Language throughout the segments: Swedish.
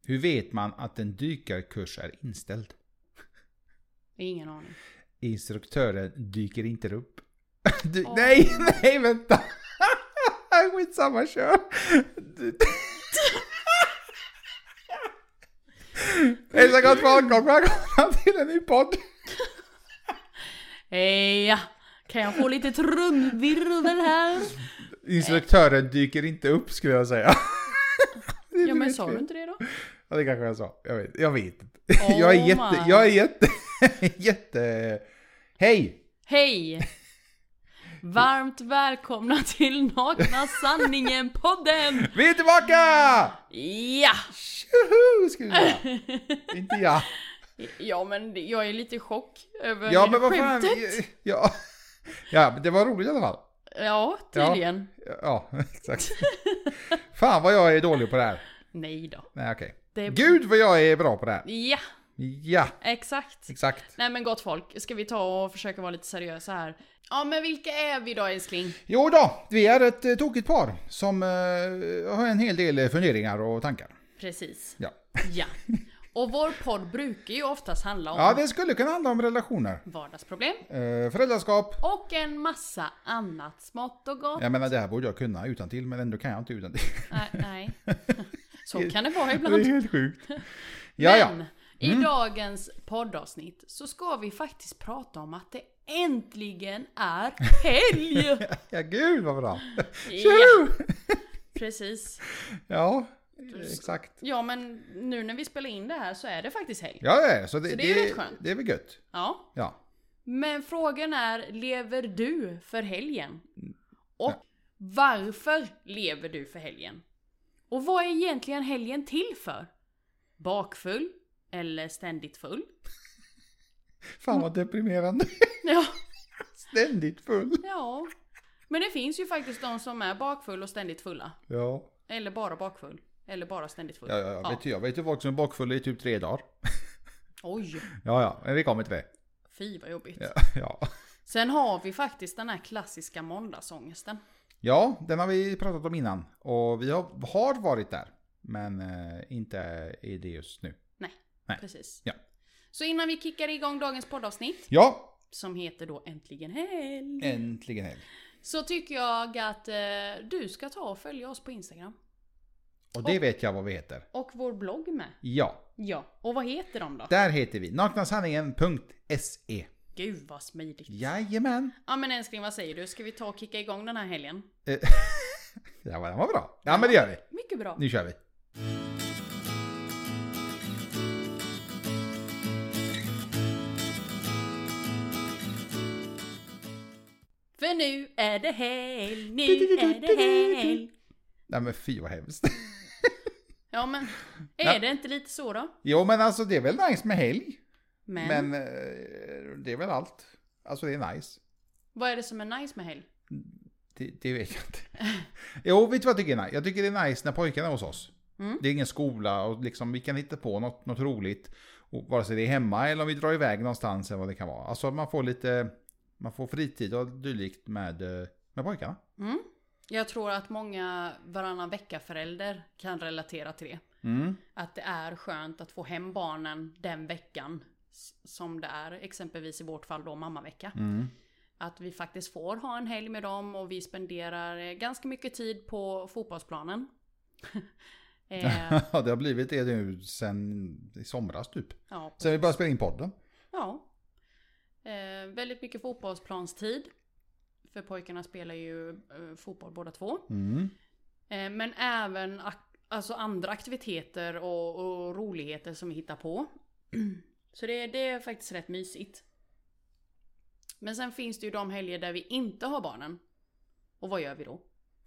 Hur vet man att en dykarkurs är inställd? Ingen aning. Instruktören dyker inte upp. Nej, vänta. Skitsamma, kör. Hej så gott folk och välkomna till en ny podd. Heja! Kan jag få lite trumvirvel här? Instruktören dyker inte upp, skulle jag säga. Ja, men sa du inte det då? Ja, det kanske jag sa. Jag vet inte. Jag är jätte... Hej! Hej! Varmt välkomna till Nakna Sanningen-podden! Vi är tillbaka! Ja! Tjoho, ska vi säga. Inte jag. Ja, men jag är lite i chock över Men vad fan, skämtet. Ja, det var roligt i alla fall. Ja, tydligen. Ja, exakt. Fan vad jag är dålig på det här. Nej då. Nej, okej. Det- Gud vad jag är bra på det här. Ja, Ja, exakt. exakt. Nej men gott folk, ska vi ta och försöka vara lite seriösa här? Ja, men vilka är vi då, älskling? Jo då, vi är ett tokigt par som har en hel del funderingar och tankar. Precis. Ja. Ja. Och vår podd brukar ju oftast handla om Ja, det skulle kunna handla om relationer. vardagsproblem Föräldraskap. och en massa annat smått och gott. Jag menar, det här borde jag kunna utan till, men ändå kan jag inte utan till. Nej. Så kan det vara Det är ibland. helt sjukt. Ja. Men i dagens poddavsnitt så ska vi faktiskt prata om att det äntligen är helg. Ja, gud vad bra. Ja, precis. Ja, exakt. Ja, men nu när vi spelar in det här så är det faktiskt helg. Ja, så det är rätt skönt. Det är väl gött. Ja. Ja. Men frågan är, lever du för helgen? Och varför lever du för helgen? Och vad är egentligen helgen till för? Bakfull? Eller ständigt full? Fan vad deprimerande. Ja. Ständigt full. Ja. Men det finns ju faktiskt de som är bakfull och ständigt fulla. Ja. Eller bara bakfull. Eller bara ständigt full. Jag vet ju folk som är bakfulla i typ 3 dagar. Oj. Ja, men vi kommer till det. Fy vad jobbigt. Ja. Sen har vi faktiskt den här klassiska måndagsångesten. Ja, den har vi pratat om innan. Och vi har varit där. Men inte i det just nu. Nej. Precis. Ja. Så innan vi kickar igång dagens poddavsnitt, Ja, som heter då Äntligen helg, äntligen helg. så tycker jag att du ska ta och följa oss på Instagram. Och det vet jag vad vi heter. Och vår blogg med. Ja, Ja, och vad heter de då? där heter vi naknasanningen.se. Gud vad smidigt. Jajamän. Ja, men älskling, vad säger du? Ska vi ta och kicka igång den här helgen? Ja, den var bra. Ja, men det gör vi. Mycket bra. Nu kör vi. För nu är det helg, nu är det helg. Nej men fy vad hemskt. Ja, men är det inte lite så då? Jo men alltså det är väl nice med helg. Men Men det är väl allt. Alltså det är nice. vad är det som är nice med helg? Det vet jag inte. Jo, vet du vad jag tycker är nice? Jag tycker det är nice när pojkarna är hos oss. Mm. Det är ingen skola och liksom vi kan hitta på något roligt. Och vare sig det är hemma eller om vi drar iväg någonstans eller vad det kan vara. Alltså man får fritid och dylikt med pojkarna. Mm. Jag tror att många varannan vecka-förälder kan relatera till det. Mm. Att det är skönt att få hem barnen den veckan som det är, exempelvis i vårt fall då mammavecka. Mm. Att vi faktiskt får ha en helg med dem och vi spenderar ganska mycket tid på fotbollsplanen. Ja, det har blivit det nu sen i somras typ. Ja, Sen vi började spela in podden. ja. Väldigt mycket fotbollsplanstid. För pojkarna spelar ju fotboll båda två. Mm. Men även alltså andra aktiviteter och roligheter som vi hittar på. Så det är faktiskt rätt mysigt. Men sen finns det ju de helger där vi inte har barnen. Och vad gör vi då?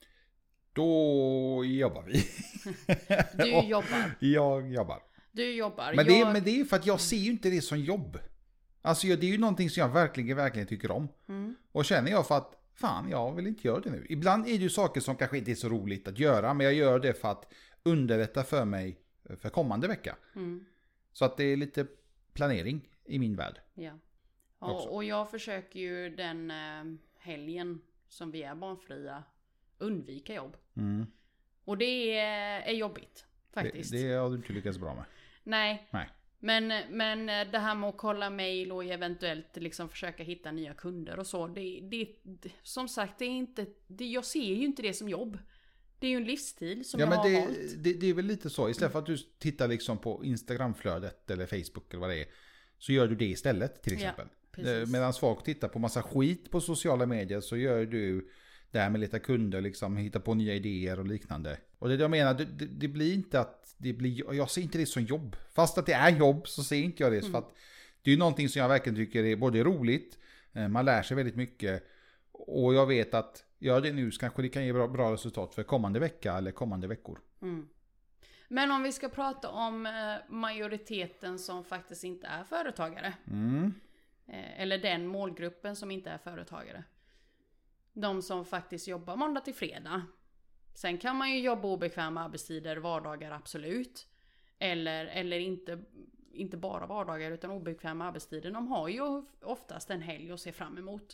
Då jobbar vi. Du jobbar. Jag jobbar. Du jobbar. Men det är för att jag ser ju inte det som jobb. Alltså det är ju någonting som jag verkligen tycker om. Mm. Och känner jag för att fan, jag vill inte göra det nu. Ibland är det ju saker som kanske inte är så roligt att göra. Men jag gör det för att underlätta för mig för kommande vecka. Mm. Så att det är lite planering i min värld. Ja. Också. Och jag försöker ju den helgen som vi är barnfria undvika jobb. Mm. Och det är jobbigt. faktiskt. Det har du inte lyckats bra med. Nej. Nej. Men det här med att kolla mejl och eventuellt liksom försöka hitta nya kunder och så. Som sagt, det är inte, jag ser ju inte det som jobb. Det är ju en livsstil som jag har valt. Det är väl lite så. Istället för att du tittar liksom på Instagramflödet eller Facebook eller vad det är. Så gör du det istället till exempel. Ja, medan folk tittar på massa skit på sociala medier så gör du där med lite kunder liksom, hitta på nya idéer och liknande. Och det jag menar, det blir inte att det blir, jag ser inte det som jobb. Fast att det är jobb så ser inte jag det. För att det är ju någonting som jag verkligen tycker är både roligt, man lär sig väldigt mycket. Och jag vet att gör det nu så kanske det kan ge bra resultat för kommande vecka eller kommande veckor. Mm. Men om vi ska prata om majoriteten som faktiskt inte är företagare. Eller den målgruppen som inte är företagare. De som faktiskt jobbar måndag till fredag. Sen kan man ju jobba obekväma arbetstider, vardagar absolut. Eller inte bara vardagar utan obekväma arbetstider. De har ju oftast en helg att se fram emot.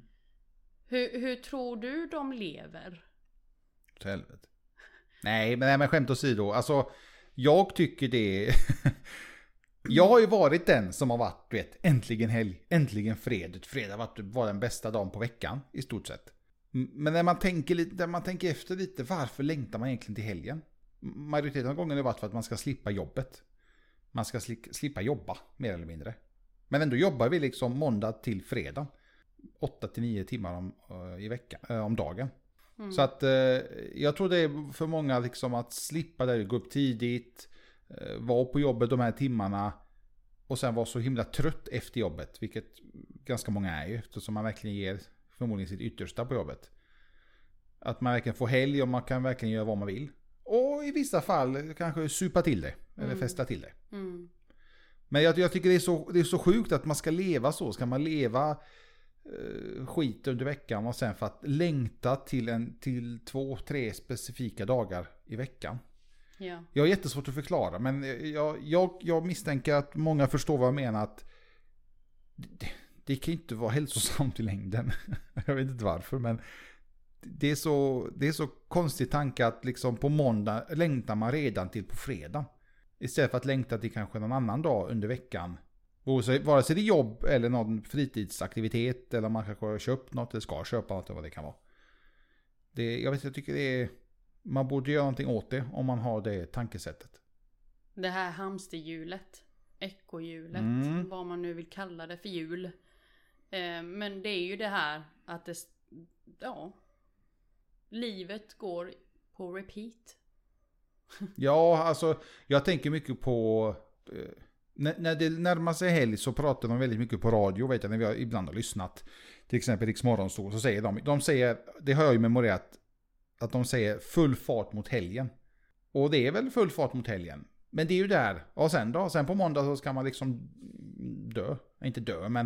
Hur tror du de lever? Till helvete. Nej, men skämt åsido. Alltså, jag tycker det. Jag har ju varit den som har varit, du vet, äntligen helg, äntligen fredag. Fredag var den bästa dagen på veckan i stort sett. Men när man tänker efter lite, varför längtar man egentligen till helgen? Majoriteten av gången har det varit för att man ska slippa jobbet. Man ska slippa jobba, mer eller mindre. Men ändå jobbar vi liksom måndag till fredag. 8-9 timmar i veckan, om dagen. Så att jag tror det är för många liksom att slippa där, gå upp tidigt, vara på jobbet de här timmarna och sen vara så himla trött efter jobbet, vilket ganska många är ju, eftersom man verkligen ger förmodligen sitt yttersta på jobbet. Att man verkligen får helg och man kan verkligen göra vad man vill. Och i vissa fall kanske supa till det, eller festa till det. Men jag tycker det är så sjukt att man ska leva så. Ska man leva skit under veckan och sen för att längta till 2-3 specifika dagar i veckan. Ja. Jag har jättesvårt att förklara, men jag misstänker att många förstår vad jag menar, att det kan inte vara hälsosamt i längden. Jag vet inte varför, men det är så konstig tanke att liksom på måndag längtar man redan till på fredag. Istället för att längta till kanske någon annan dag under veckan. Vare sig det är jobb eller någon fritidsaktivitet eller man kanske har köpt något eller ska köpa något eller vad det kan vara. Jag tycker det är, man borde göra någonting åt det om man har det tankesättet. Det här hamsterhjulet, ekohjulet, vad man nu vill kalla det för hjul. Men det är ju det här att livet går på repeat. Ja, alltså jag tänker mycket på när det närmar sig helg så pratar de väldigt mycket på radio, vet jag, när vi ibland har lyssnat. Till exempel Riks Morgonstol, så säger de säger, det har jag ju memorerat, att de säger full fart mot helgen. Och det är väl full fart mot helgen. Men det är ju där. Och sen på måndag så ska man liksom dö. Inte dö, men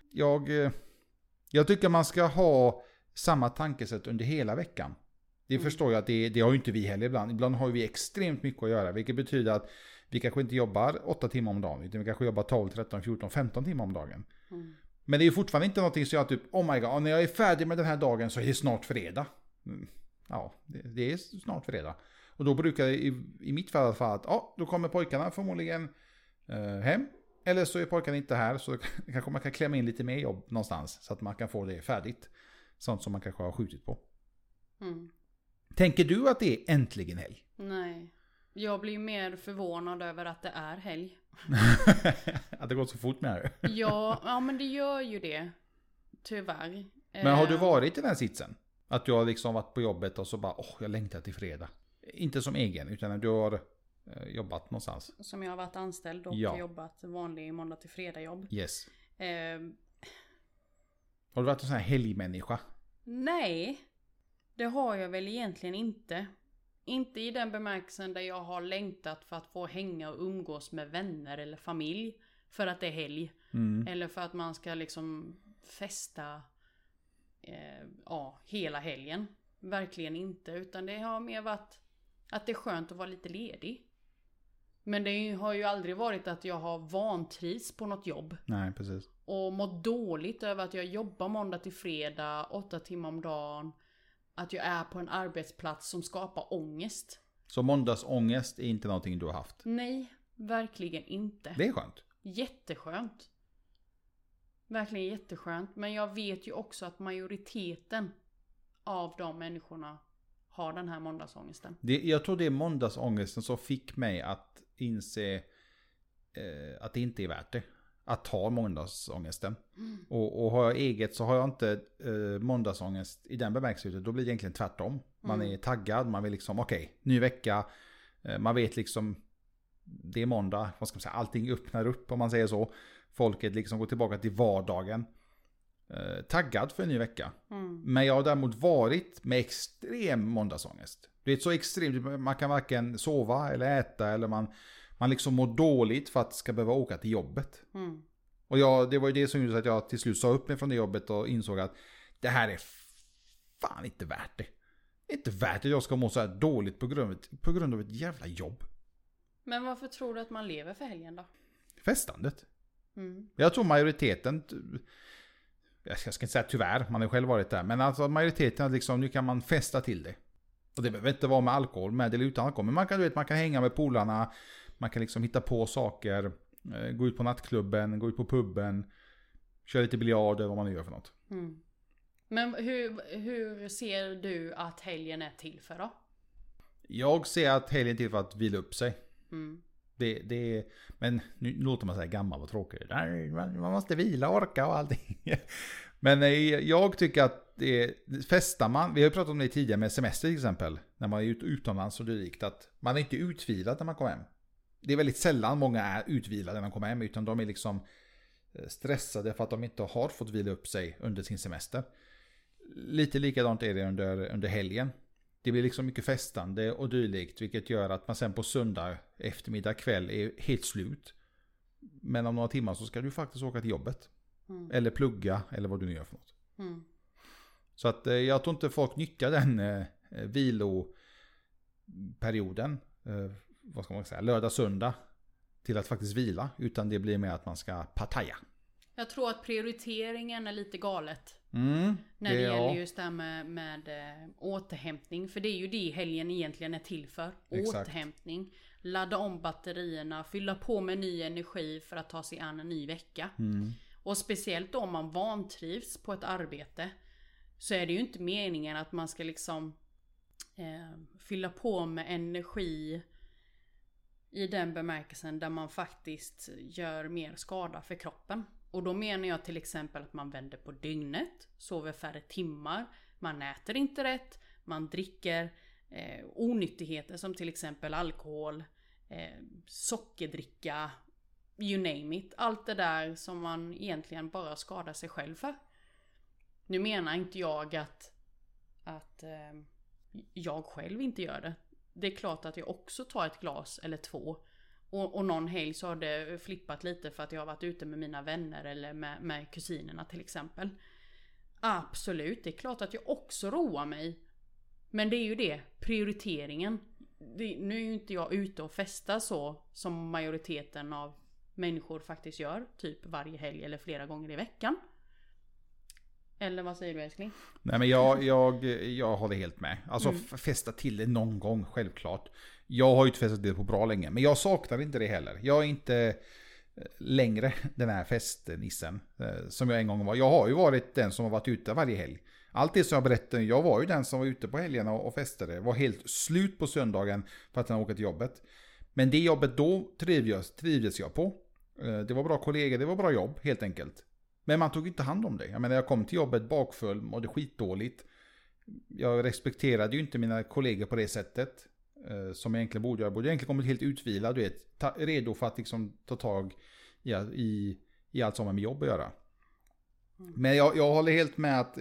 jag tycker man ska ha samma tankesätt under hela veckan. Det förstår jag att det har ju inte vi heller ibland. Ibland har vi extremt mycket att göra, vilket betyder att vi kanske inte jobbar 8 timmar om dagen, utan vi kanske jobbar 12, 13, 14, 15 timmar om dagen. Men det är ju fortfarande inte någonting som jag typ, oh my god, när jag är färdig med den här dagen så är det snart fredag. Ja, det är snart fredag. Och då brukar det i mitt fall att då kommer pojkarna förmodligen hem. Eller så är pojkarna inte här, så kanske man kan klämma in lite mer jobb någonstans så att man kan få det färdigt. Sånt som man kanske har skjutit på. Tänker du att det är äntligen helg? Nej. Jag blir mer förvånad över att det är helg. Att det går så fort med det. Ja, men det gör ju det. Tyvärr. Men har du varit i den sitsen? Att du har liksom varit på jobbet och så bara, jag längtar till fredag. Inte som egen, utan när du har jobbat någonstans. Som jag har varit anställd och jobbat vanlig måndag till fredag jobb. Yes. Har du varit en sån här helgmänniska? Nej, det har jag väl egentligen inte. Inte i den bemärkelsen där jag har längtat för att få hänga och umgås med vänner eller familj. För att det är helg. Eller för att man ska liksom festa hela helgen. Verkligen inte. Utan det har mer varit att det är skönt att vara lite ledig. Men det har ju aldrig varit att jag har vantrivs på något jobb. Nej, precis. Och mått dåligt över att jag jobbar måndag till fredag, 8 timmar om dagen. Att jag är på en arbetsplats som skapar ångest. Så måndagsångest är inte någonting du har haft? Nej, verkligen inte. Det är skönt. Jätteskönt. Verkligen jätteskönt. Men jag vet ju också att majoriteten av de människorna har den här måndagsångesten. Jag tror det är måndagsångesten som fick mig att inse att det inte är värt det. Att ta måndagsångesten. Och har jag eget så har jag inte måndagsångest i den bemärkelsen. Då blir det egentligen tvärtom. Man är taggad, man vill liksom okej, ny vecka. Man vet liksom det är måndag, vad ska man säga, allting öppnar upp om man säger så. Folket liksom går tillbaka till vardagen. Taggad för en ny vecka. Men jag har däremot varit med extrem måndagsångest. Det är så extremt, man kan varken sova eller äta eller man liksom mår dåligt för att ska behöva åka till jobbet. Och det var ju det som gjorde att jag till slut sa upp mig från det jobbet och insåg att det här är fan inte värt det. Det är inte värt att jag ska må så här dåligt på grund av ett jävla jobb. Men varför tror du att man lever för helgen då? Festandet. Jag tror majoriteten, jag ska inte säga tyvärr, man har själv varit där, men alltså majoriteten liksom, nu kan man festa till det. Och det behöver inte vara med alkohol, med eller utan alkohol, men man kan hänga med polarna, man kan liksom hitta på saker, gå ut på nattklubben, gå ut på puben, köra lite biljard eller vad man nu gör för något. Men hur ser du att helgen är till för då? Jag ser att helgen är till för att vila upp sig. Men nu låter man säga gammal och tråkig. Man måste vila, orka och allting. Men jag tycker att festar man, vi har ju pratat om det tidigare med semester till exempel, när man är utomlands och dylikt, att man är inte utvilad när man kommer hem. Det är väldigt sällan många är utvilade när de kommer hem, utan de är liksom stressade för att de inte har fått vila upp sig under sin semester. Lite likadant är det under helgen. Det blir liksom mycket festande och dylikt, vilket gör att man sen på söndag eftermiddag kväll är helt slut. Men om några timmar så ska du faktiskt åka till jobbet. Eller plugga, eller vad du nu gör för något. Så att jag tror inte folk nyttjar den viloperioden, vad ska man säga, lördag, söndag, till att faktiskt vila. Utan det blir mer att man ska partaja. Jag tror att prioriteringen är lite galet. När det gäller just det här med återhämtning. För det är ju det helgen egentligen är till för. Exakt. Återhämtning. Ladda om batterierna. Fylla på med ny energi för att ta sig an en ny vecka. Och speciellt då om man vantrivs på ett arbete. Så är det ju inte meningen att man ska liksom fylla på med energi i den bemärkelsen där man faktiskt gör mer skada för kroppen. Och då menar jag till exempel att man vänder på dygnet, sover färre timmar, man äter inte rätt, man dricker onyttigheter som till exempel alkohol, sockerdricka, you name it. Allt det där som man egentligen bara skadar sig själv för. Nu menar inte jag att jag själv inte gör det. Det är klart att jag också tar ett glas eller två. Och någon helg så har det flippat lite för att jag har varit ute med mina vänner eller med kusinerna till exempel. Absolut, det är klart att jag också roar mig. Men det är ju det, prioriteringen. Nu är ju inte jag ute och festar så som majoriteten av människor faktiskt gör. Typ varje helg eller flera gånger i veckan. Eller vad säger du, älskling? Nej, men jag håller helt med. Alltså festa till det någon gång, självklart. Jag har ju inte festat det på bra länge. Men jag saknar inte det heller. Jag är inte längre den här festnissen som jag en gång var. Jag har ju varit den som har varit ute varje helg. Allt det som jag berättade, jag var ju den som var ute på helgerna och festade. Var helt slut på söndagen för att jag åkte till jobbet. Men det jobbet då trivdes jag på. Det var bra kollegor, det var bra jobb helt enkelt. Men man tog inte hand om det. Jag menar, jag kom till jobbet bakfull, mådde skitdåligt. Jag respekterade ju inte mina kollegor på det sättet. Som jag egentligen borde. Jag borde egentligen kommit helt utvilad, du vet. Redo för att liksom ta tag i allt som har med jobb att göra. Men jag håller helt med att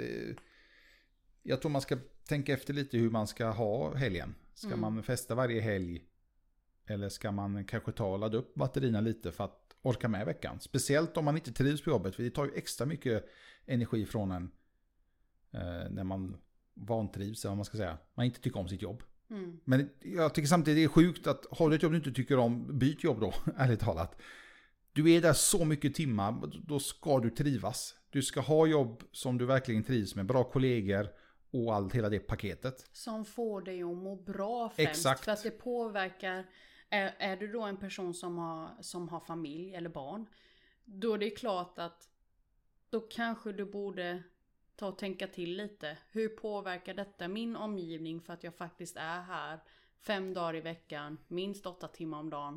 jag tror man ska tänka efter lite hur man ska ha helgen. Ska man festa varje helg? Eller ska man kanske ta och ladda upp batterierna lite för att orka med veckan? Speciellt om man inte trivs på jobbet. För det tar ju extra mycket energi från en när man vantrivs, eller vad man ska säga. Man inte tycker om sitt jobb. Men jag tycker samtidigt det är sjukt att har du ett jobb du inte tycker om, byt jobb då, ärligt talat. Du är där så mycket timmar, då ska du trivas. Du ska ha jobb som du verkligen trivs med, bra kollegor och hela det paketet. Som får dig att må bra främst. Exakt. För att det påverkar, är du då en person som har familj eller barn, då är det klart att då kanske du borde ta och tänka till lite. Hur påverkar detta min omgivning för att jag faktiskt är här 5 dagar i veckan, minst 8 timmar om dagen?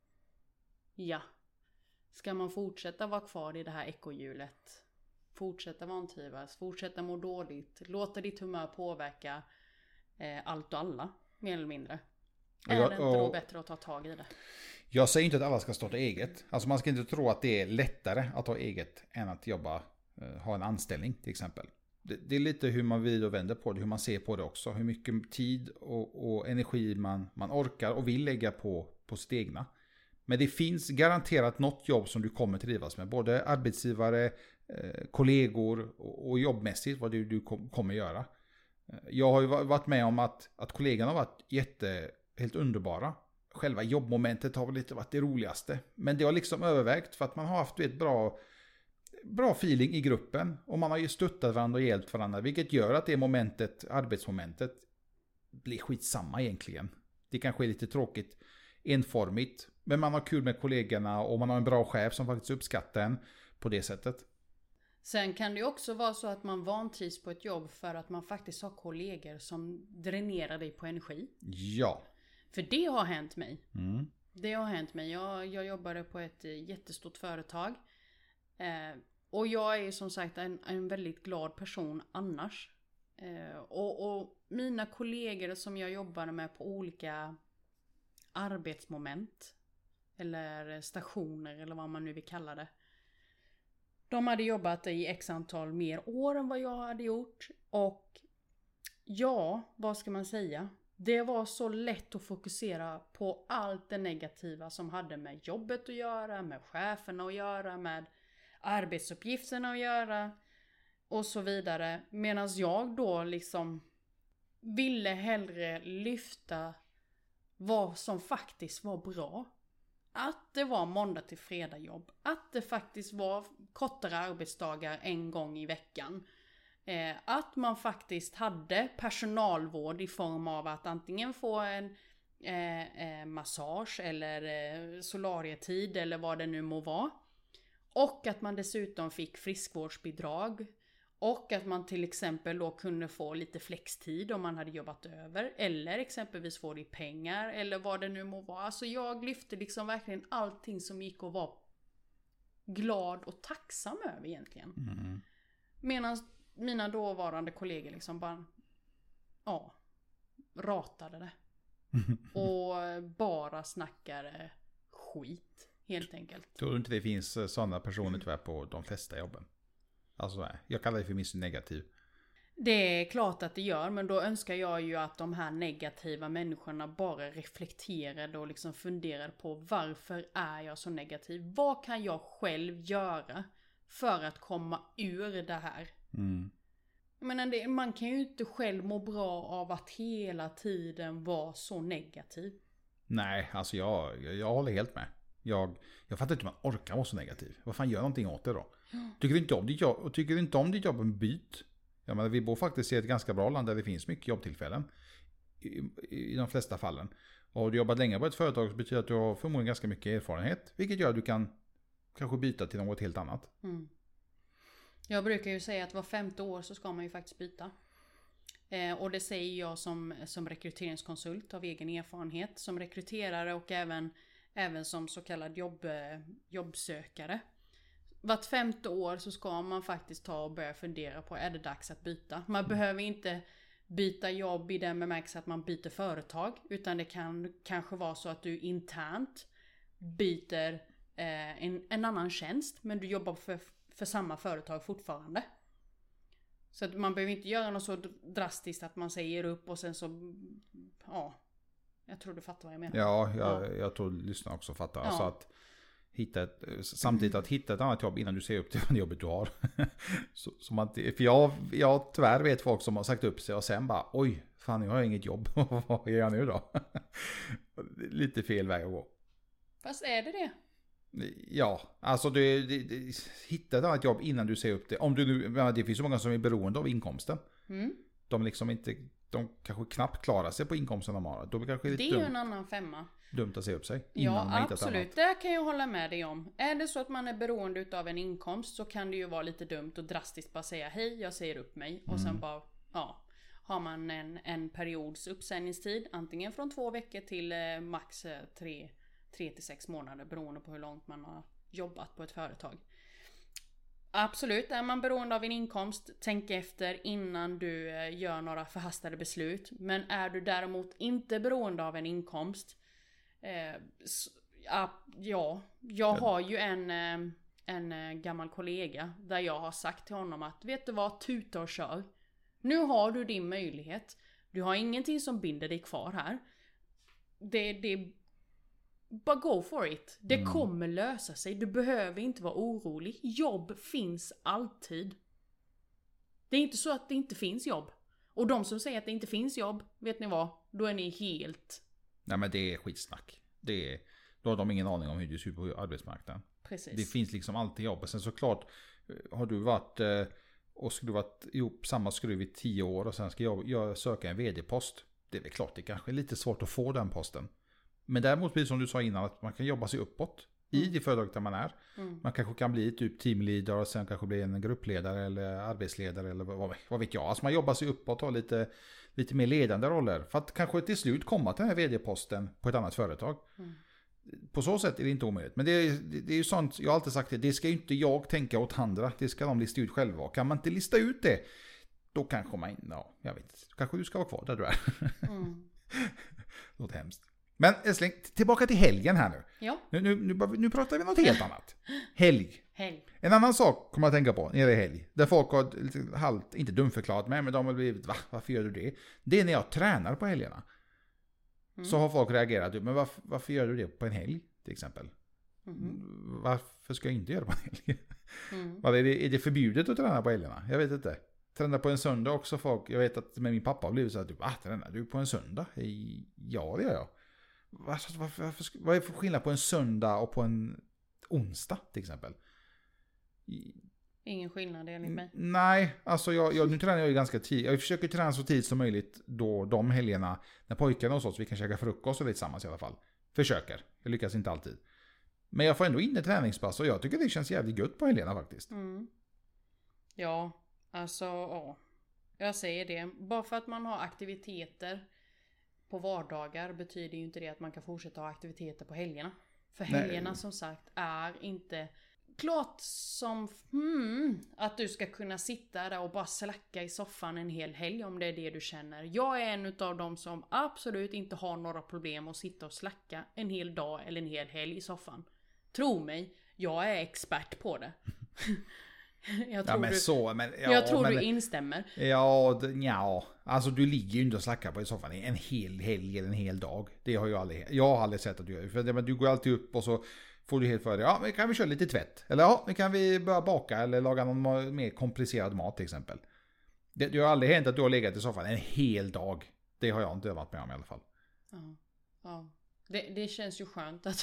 Ja. Ska man fortsätta vara kvar i det här ekohjulet? Fortsätta vantrivas, fortsätta må dåligt, låta ditt humör påverka allt och alla, mer eller mindre. Är det inte då bättre att ta tag i det? Jag säger inte att alla ska starta eget. Alltså man ska inte tro att det är lättare att ha eget än att jobba, ha en anställning till exempel. Det är lite hur man vill och vänder på det, hur man ser på det också. Hur mycket tid och energi man orkar och vill lägga på sitt egna. Men det finns garanterat något jobb som du kommer trivas med. Både arbetsgivare, kollegor och jobbmässigt vad du kommer göra. Jag har ju varit med om att kollegorna har varit helt underbara. Själva jobbmomentet har väl inte varit det roligaste. Men det har liksom övervägt för att man har haft ett bra feeling i gruppen. Och man har ju stöttat varandra och hjälpt varandra. Vilket gör att det arbetsmomentet blir skitsamma egentligen. Det kanske är lite tråkigt, enformigt. Men man har kul med kollegorna och man har en bra chef som faktiskt uppskattar en på det sättet. Sen kan det också vara så att man vantrivs på ett jobb för att man faktiskt har kollegor som dränerar dig på energi. Ja. För det har hänt mig. Mm. Det har hänt mig. Jag jobbade på ett jättestort företag. Och jag är som sagt en väldigt glad person annars. Och mina kollegor som jag jobbade med på olika arbetsmoment eller stationer eller vad man nu vill kalla det. De hade jobbat i x antal mer år än vad jag hade gjort. Och ja, vad ska man säga? Det var så lätt att fokusera på allt det negativa som hade med jobbet att göra, med cheferna att göra, med arbetsuppgifterna att göra och så vidare. Medan jag då liksom ville hellre lyfta vad som faktiskt var bra. Att det var måndag till fredag jobb. Att det faktiskt var kortare arbetsdagar en gång i veckan. Att man faktiskt hade personalvård i form av att antingen få en massage eller solarietid eller vad det nu må vara. Och att man dessutom fick friskvårdsbidrag. Och att man till exempel då kunde få lite flextid om man hade jobbat över. Eller exempelvis få det i pengar eller vad det nu må vara. Alltså jag lyfte liksom verkligen allting som gick att vara glad och tacksam över egentligen. Mm. Medan mina dåvarande kollegor liksom bara ratade det. Och bara snackade skit helt enkelt. Tror du inte det finns sådana personer tyvärr på de flesta jobben? Alltså jag kallar det för minst negativ. Det är klart att det gör, men då önskar jag ju att de här negativa människorna bara reflekterade och liksom funderade på varför är jag så negativ? Vad kan jag själv göra för att komma ur det här? Mm. Men man kan ju inte själv må bra av att hela tiden vara så negativ. Nej, alltså jag håller helt med. Jag fattar inte hur man orkar vara så negativ. Vad fan, gör någonting åt det då? Tycker du inte om ditt jobb och tycker du inte om ditt jobb, en byt. Jag menar, vi bor faktiskt i ett ganska bra land där det finns mycket jobbtillfällen. I de flesta fallen. Och har du jobbat länge på ett företag så betyder det att du har förmodligen ganska mycket erfarenhet. Vilket gör att du kan kanske byta till något helt annat. Mm. Jag brukar ju säga att var 5:e år så ska man ju faktiskt byta. Och det säger jag som rekryteringskonsult av egen erfarenhet. Som rekryterare och även som så kallad jobbsökare. Vart 5:e år så ska man faktiskt ta och börja fundera på, är det dags att byta? Man behöver inte byta jobb i den bemärkelsen att man byter företag. Utan det kan kanske vara så att du internt byter en annan tjänst. Men du jobbar för samma företag fortfarande. Så att man behöver inte göra något så drastiskt att man säger upp och sen så, jag tror du fattar vad jag menar. Ja, jag tror lyssnarna också fattar. Ja. Alltså att samtidigt att hitta ett annat jobb innan du ser upp till det jobbet du har. För jag tyvärr vet folk som har sagt upp sig och sen bara, oj, fan jag har inget jobb. Vad gör jag nu då? Lite fel väg att gå. Fast är det? Ja, alltså hitta ett annat jobb innan du ser upp det. Om du nu, det finns så många som är beroende av inkomsten. Mm. de liksom inte, de kanske knappt klarar sig på inkomsten de har. Då kanske Det är ju en annan femma. Dumt att se upp sig. Innan Ja, man absolut. Det kan jag hålla med dig om. Är det så att man är beroende av en inkomst så kan det ju vara lite dumt och drastiskt bara säga hej, jag säger upp mig. Och sen bara, ja, har man en periods uppsägningstid, antingen från 2 veckor till max 3 till 6 månader beroende på hur långt man har jobbat på ett företag. Absolut, är man beroende av en inkomst, tänk efter innan du gör några förhastade beslut. Men är du däremot inte beroende av en inkomst, jag har ju en gammal kollega där jag har sagt till honom att vet du vad, tuta och kör. Nu har du din möjlighet. Du har ingenting som binder dig kvar här. Det bara go for it. Det kommer lösa sig. Du behöver inte vara orolig. Jobb finns alltid. Det är inte så att det inte finns jobb. Och de som säger att det inte finns jobb, vet ni vad? Då är ni helt... Nej, men det är skitsnack. Då har de ingen aning om hur det ser ut på arbetsmarknaden. Precis. Det finns liksom alltid jobb. Sen såklart har du varit och skulle varit ihop samma skruv i 10 år och sen ska jag söka en vd-post. Det är väl klart, det kanske är lite svårt att få den posten. Men däremot blir det som du sa innan att man kan jobba sig uppåt i det företag där man är. Man kanske kan bli typ teamleader och sen kanske bli en gruppledare eller arbetsledare eller vad vet jag. Alltså man jobbar sig uppåt och har lite mer ledande roller för att kanske till slut komma till den här vd-posten på ett annat företag. På så sätt är det inte omöjligt. Men det är ju sånt, jag har alltid sagt det ska ju inte jag tänka åt andra. Det ska de lista ut själva. Kan man inte lista ut det, då kanske jag vet inte. Kanske du ska vara kvar där du är. Låter hemskt. Men älskling, tillbaka till helgen här nu. Ja. Nu pratar vi något helt annat. Helg. En annan sak kommer jag tänka på nere i helg. Där folk har lite inte dumförklarat mig, men de har blivit, varför gör du det? Det är när jag tränar på helgerna. Så har folk reagerat, men varför gör du det på en helg till exempel? Varför ska jag inte göra det på en helg? Är det förbjudet att träna på helgerna? Jag vet inte. Träna på en söndag också folk. Jag vet att med min pappa har blivit så att tränar du på en söndag? Ja, det gör jag. Vad är för skillnad på en söndag och på en onsdag till exempel? Ingen skillnad enligt mig. Nej, alltså nu tränar jag ju ganska tidigt. Jag försöker träna så tidigt som möjligt då de helgerna när pojkarna hos oss, vi kan käka frukost och lite tillsammans i alla fall. Försöker, jag lyckas inte alltid. Men jag får ändå in ett träningspass och jag tycker det känns jävligt gött på helgerna faktiskt. Ja, alltså jag säger det. Bara för att man har aktiviteter på vardagar betyder ju inte det att man kan fortsätta ha aktiviteter på helgerna. För helgerna som sagt är inte klart som att du ska kunna sitta där och bara slacka i soffan en hel helg om det är det du känner. Jag är en av dem som absolut inte har några problem att sitta och slacka en hel dag eller en hel helg i soffan. Tro mig, jag är expert på det. Jag tror du instämmer. Ja, alltså du ligger ju inte och slackar på i soffan en hel helg eller en hel dag. Det har jag har aldrig sett att du gör. För du går alltid upp och så får du helt för dig. Ja, men kan vi köra lite tvätt? Eller nu kan vi börja baka eller laga någon mer komplicerad mat till exempel. Det har aldrig hänt att du har legat i soffan en hel dag. Det har jag inte varit med om i alla fall. Ja. Det känns ju skönt att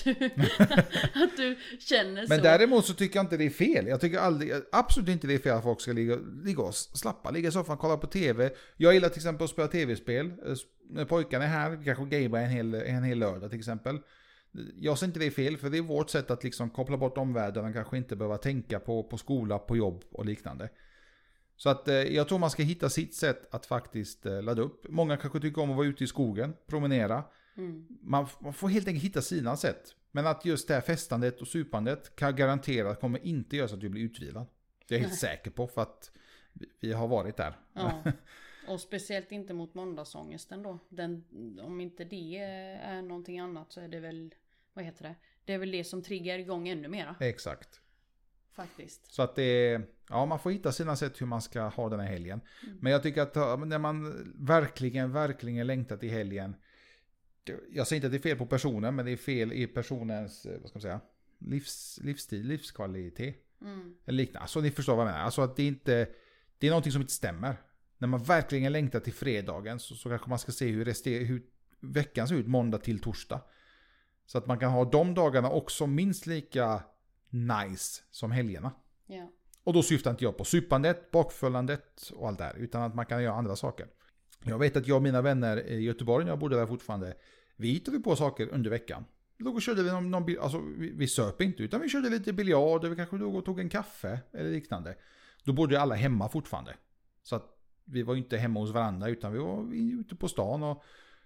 du känner så. Men däremot så tycker jag inte det är fel. Jag tycker absolut inte det är fel att folk ska ligga och slappa. Ligga i soffan, kolla på tv. Jag gillar till exempel att spela tv-spel. När pojkarna är här, kanske gamea en hel lördag till exempel. Jag ser inte det är fel, för det är vårt sätt att liksom koppla bort omvärlden. Man kanske inte behöver tänka på skola, på jobb och liknande. Så att jag tror man ska hitta sitt sätt att faktiskt ladda upp. Många kanske tycker om att vara ute i skogen, promenera. Man får helt enkelt hitta sina sätt. Men att just det här festandet och supandet kan jag garantera att kommer inte göra så att du blir utvilad. Det är jag helt säker på, för att vi har varit där. Ja. Och speciellt inte mot måndagsångesten då. Om inte det är någonting annat så är det väl, vad heter det? Det är väl det som triggar igång ännu mera. Exakt. Faktiskt. Så att man får hitta sina sätt hur man ska ha den här helgen. Men jag tycker att när man verkligen längtar till helgen. Jag säger inte att det är fel på personen, men det är fel i personens, vad ska man säga, livsstil, livskvalitet. Eller liknande. Alltså ni förstår vad jag menar. Alltså att det är någonting som inte stämmer. När man verkligen längtar till fredagen så kanske man ska se hur veckan ser ut måndag till torsdag. Så att man kan ha de dagarna också minst lika nice som helgerna. Ja. Och då syftar inte jag på supandet, bakföllandet och allt det här. Utan att man kan göra andra saker. Jag vet att jag och mina vänner i Göteborg, jag bodde där fortfarande. Vi hittade på saker under veckan. Då körde vi alltså vi söp inte, utan vi körde lite biljard. Vi kanske då tog en kaffe eller liknande. Då bodde alla hemma fortfarande. Så att vi var inte hemma hos varandra, utan vi var ute på stan och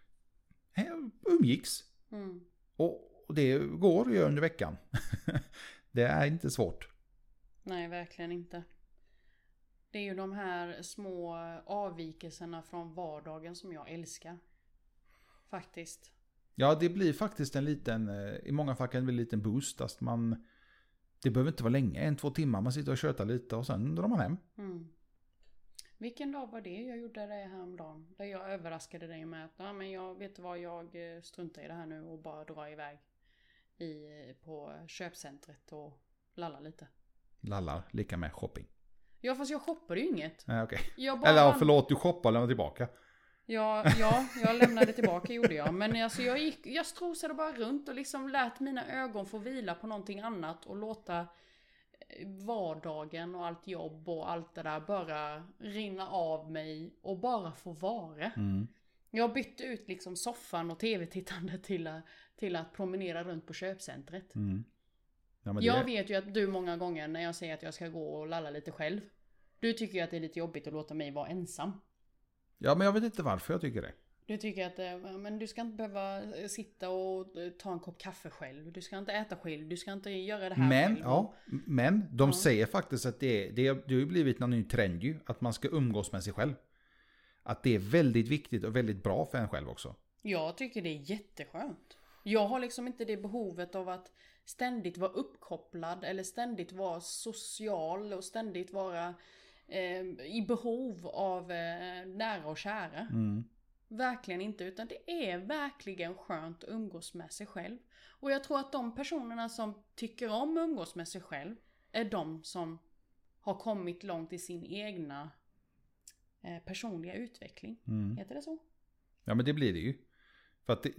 umgicks. Mm. Och det går att göra under veckan. Det är inte svårt. Nej, verkligen inte. Det är ju de här små avvikelserna från vardagen som jag älskar. Faktiskt. Ja, det blir faktiskt en liten, i många fall kan det bli en liten boost. Att det behöver inte vara länge, 1-2 timmar. Man sitter och tjötar lite och sen drar man hem. Mm. Vilken dag var det? Jag gjorde det häromdagen. Där jag överraskade dig med att men jag vet vad, jag struntar i det här nu och bara drar iväg på köpcentret och lallar lite. Lallar, lika med shopping. Ja, fast jag shoppade ju inget. Nej, okej. Eller förlåt, du shoppade och lämnade tillbaka. Ja, jag lämnade tillbaka gjorde jag. Men alltså jag strosade bara runt och liksom lät mina ögon få vila på någonting annat och låta vardagen och allt jobb och allt det där bara rinna av mig och bara få vara. Mm. Jag bytte ut liksom soffan och tv-tittande till att promenera runt på köpcentret. Mm. Ja, men jag vet ju att du många gånger när jag säger att jag ska gå och lalla lite själv, du tycker ju att det är lite jobbigt att låta mig vara ensam. Ja, men jag vet inte varför jag tycker det. Du tycker att men du ska inte behöva sitta och ta en kopp kaffe själv. Du ska inte äta själv. Du ska inte göra det här själv. Men de säger faktiskt att det har ju blivit någon ny trend ju. Att man ska umgås med sig själv. Att det är väldigt viktigt och väldigt bra för en själv också. Jag tycker det är jätteskönt. Jag har liksom inte det behovet av att ständigt vara uppkopplad. Eller ständigt vara social. Och ständigt vara i behov av nära och kära. Mm. Verkligen inte, utan det är verkligen skönt att umgås med sig själv. Och jag tror att de personerna som tycker om att umgås med sig själv är de som har kommit långt i sin egna personliga utveckling. Mm. Heter det så? Ja, men det blir det ju. För att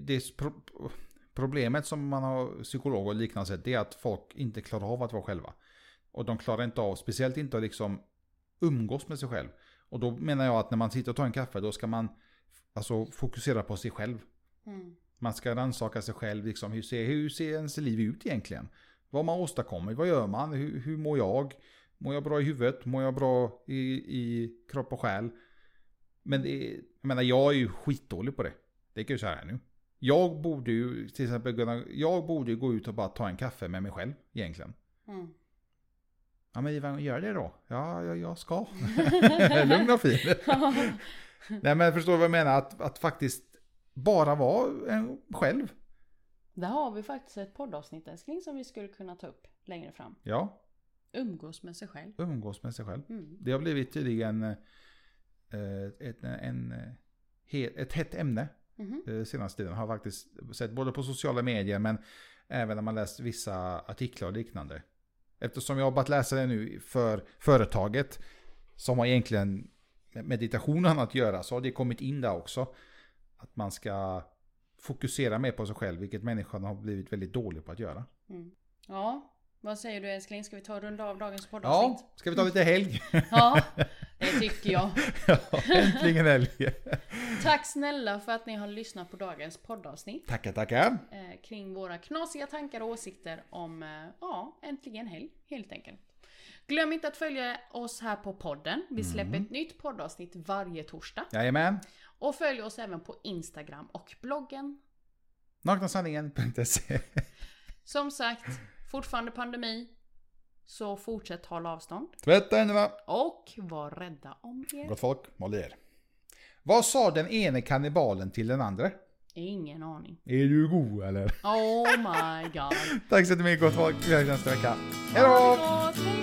problemet som man har psykologer och liknande sett, det är att folk inte klarar av att vara själva. Och de klarar inte av, speciellt inte att liksom umgås med sig själv. Och då menar jag att när man sitter och tar en kaffe, då ska man alltså fokusera på sig själv. Mm. Man ska rannsaka sig själv. Liksom, hur ser ens liv ut egentligen? Vad man åstadkommer? Vad gör man? Hur mår jag? Mår jag bra i huvudet? Mår jag bra i kropp och själ? Men jag är ju skitdålig på det. Det kan ju säga här nu. Jag borde ju till exempel gå ut och bara ta en kaffe med mig själv egentligen. Mm. Ja, men Ivan, gör det då. Ja, jag ska. Lugn och fin. Nej, men förstår du vad jag menar? Att faktiskt bara vara en själv. Där har vi faktiskt ett poddavsnitt älskling som vi skulle kunna ta upp längre fram. Ja. Umgås med sig själv. Umgås med sig själv. Mm. Det har blivit tydligen ett hett ämne. Senaste tiden. Har faktiskt sett både på sociala medier men även när man läst vissa artiklar och liknande. Eftersom jag har börjat läsa det nu för företaget som har egentligen meditationen att göra, så har det kommit in där också. Att man ska fokusera mer på sig själv, vilket människan har blivit väldigt dålig på att göra. Mm. Ja, vad säger du älskling? Ska vi ta runda av dagens poddavsnitt? Ja, ska vi ta lite helg? Ja, det tycker jag. Ja, äntligen helg. Tack snälla för att ni har lyssnat på dagens poddavsnitt. Tackar. Kring våra knasiga tankar och åsikter om, äntligen helg, helt enkelt. Glöm inte att följa oss här på podden. Vi släpper ett nytt poddavsnitt varje torsdag. Jajamän. Och följ oss även på Instagram och bloggen. Naknasanningen.se. Som sagt, fortfarande pandemi. Så fortsätt hålla avstånd. Tvätta händerna. Och var rädda om er. Gott folk, håll er. Vad sa den ene kannibalen till den andra? Ingen aning. Är du god eller? Oh my god. Tack så mycket gott folk. Vi hörs nästa vecka. Hej då!